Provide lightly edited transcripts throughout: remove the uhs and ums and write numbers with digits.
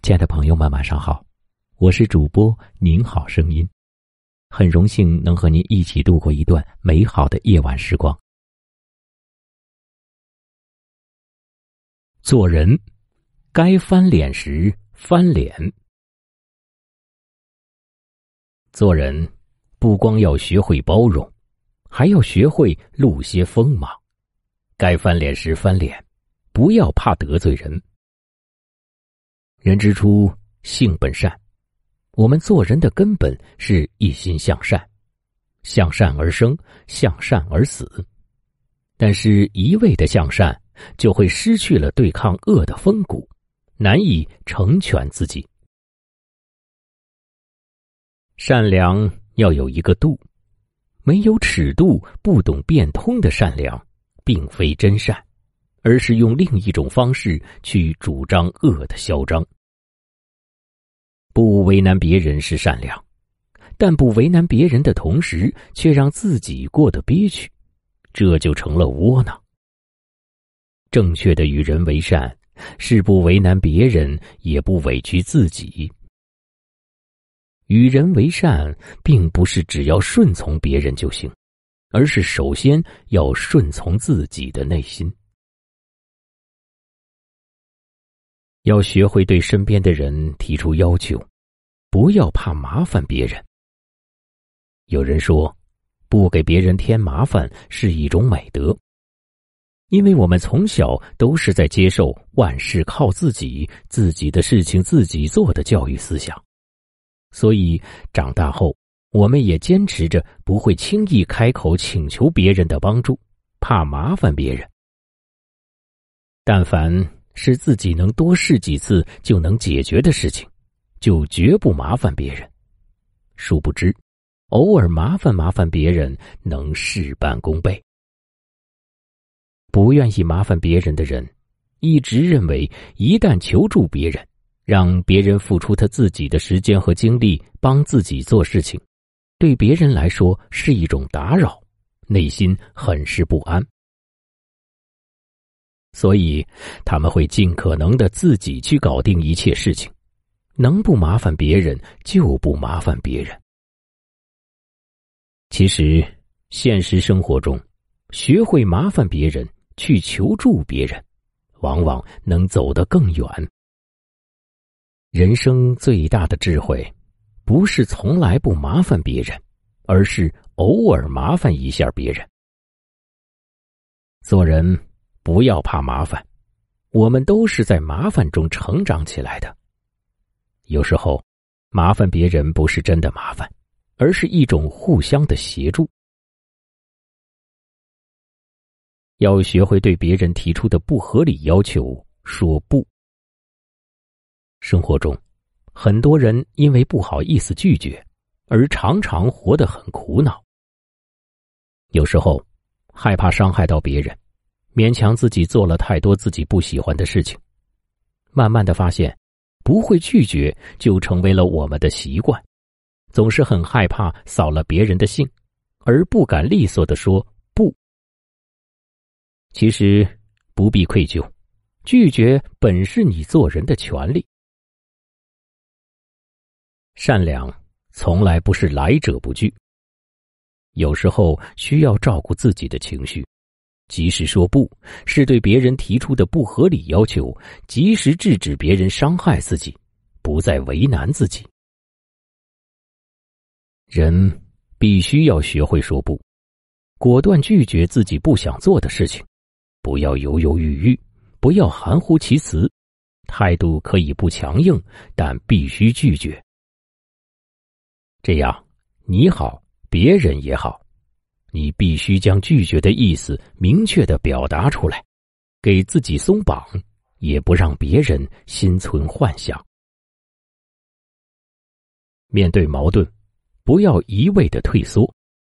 亲爱的朋友们，晚上好，我是主播您好声音，很荣幸能和您一起度过一段美好的夜晚时光。做人，该翻脸时翻脸。做人，不光要学会包容，还要学会露些锋芒。该翻脸时翻脸，不要怕得罪人。人之初，性本善。我们做人的根本是一心向善，向善而生，向善而死。但是一味的向善，就会失去了对抗恶的风骨，难以成全自己。善良要有一个度，没有尺度、不懂变通的善良，并非真善，而是用另一种方式去主张恶的嚣张。不为难别人是善良，但不为难别人的同时，却让自己过得憋屈，这就成了窝囊。正确的与人为善，是不为难别人，也不委屈自己。与人为善，并不是只要顺从别人就行，而是首先要顺从自己的内心。要学会对身边的人提出要求，不要怕麻烦别人。有人说，不给别人添麻烦是一种美德，因为我们从小都是在接受万事靠自己，自己的事情自己做的教育思想，所以长大后，我们也坚持着不会轻易开口请求别人的帮助，怕麻烦别人。但凡是自己能多试几次就能解决的事情，就绝不麻烦别人。殊不知，偶尔麻烦别人，能事半功倍。不愿意麻烦别人的人，一直认为一旦求助别人，让别人付出他自己的时间和精力帮自己做事情，对别人来说是一种打扰，内心很是不安。所以他们会尽可能的自己去搞定一切事情，能不麻烦别人就不麻烦别人。其实现实生活中，学会麻烦别人，去求助别人，往往能走得更远。人生最大的智慧，不是从来不麻烦别人，而是偶尔麻烦一下别人。做人不要怕麻烦，我们都是在麻烦中成长起来的。有时候，麻烦别人不是真的麻烦，而是一种互相的协助。要学会对别人提出的不合理要求说不。生活中，很多人因为不好意思拒绝，而常常活得很苦恼。有时候，害怕伤害到别人，勉强自己做了太多自己不喜欢的事情。慢慢的发现，不会拒绝就成为了我们的习惯，总是很害怕扫了别人的兴，而不敢利索地说不。其实不必愧疚，拒绝本是你做人的权利。善良从来不是来者不拒，有时候需要照顾自己的情绪，及时说不，是对别人提出的不合理要求，及时制止别人伤害自己，不再为难自己。人必须要学会说不，果断拒绝自己不想做的事情，不要犹犹豫豫，不要含糊其辞，态度可以不强硬，但必须拒绝。这样，你好，别人也好。你必须将拒绝的意思明确地表达出来，给自己松绑，也不让别人心存幻想。面对矛盾，不要一味地退缩。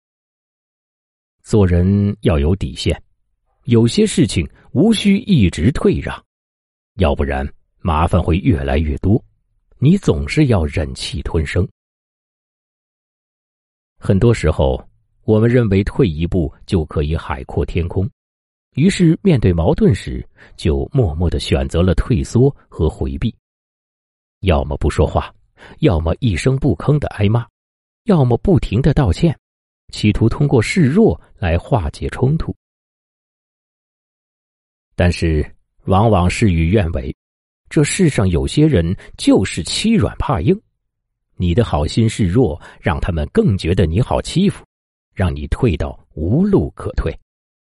做人要有底线，有些事情无需一直退让，要不然麻烦会越来越多，你总是要忍气吞声。很多时候，我们认为退一步就可以海阔天空，于是面对矛盾时，就默默地选择了退缩和回避。 要么不说话，要么一声不吭的挨骂，要么不停的道歉，企图通过示弱来化解冲突。但是往往事与愿违，这世上有些人就是欺软怕硬，你的好心示弱让他们更觉得你好欺负，让你退到无路可退。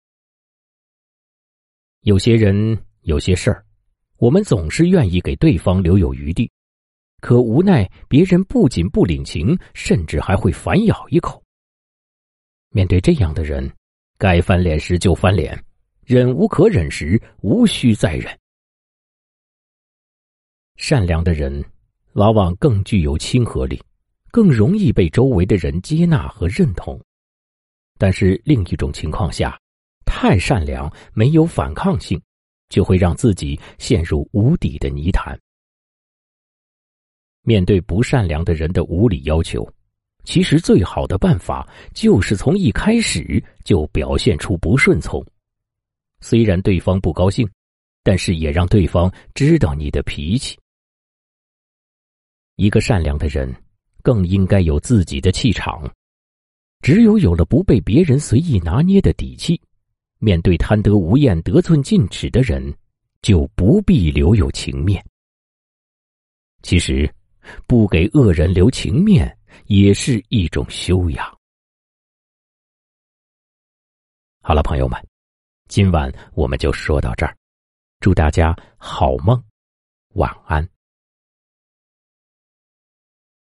有些人有些事儿，我们总是愿意给对方留有余地，可无奈别人不仅不领情，甚至还会反咬一口。面对这样的人，该翻脸时就翻脸，忍无可忍时无需再忍。善良的人往往更具有亲和力，更容易被周围的人接纳和认同。但是另一种情况下，太善良没有反抗性，就会让自己陷入无底的泥潭。面对不善良的人的无理要求，其实最好的办法就是从一开始就表现出不顺从。虽然对方不高兴，但是也让对方知道你的脾气。一个善良的人更应该有自己的气场，只有有了不被别人随意拿捏的底气，面对贪得无厌、得寸进尺的人，就不必留有情面。其实，不给恶人留情面，也是一种修养。好了，朋友们，今晚我们就说到这儿，祝大家好梦，晚安。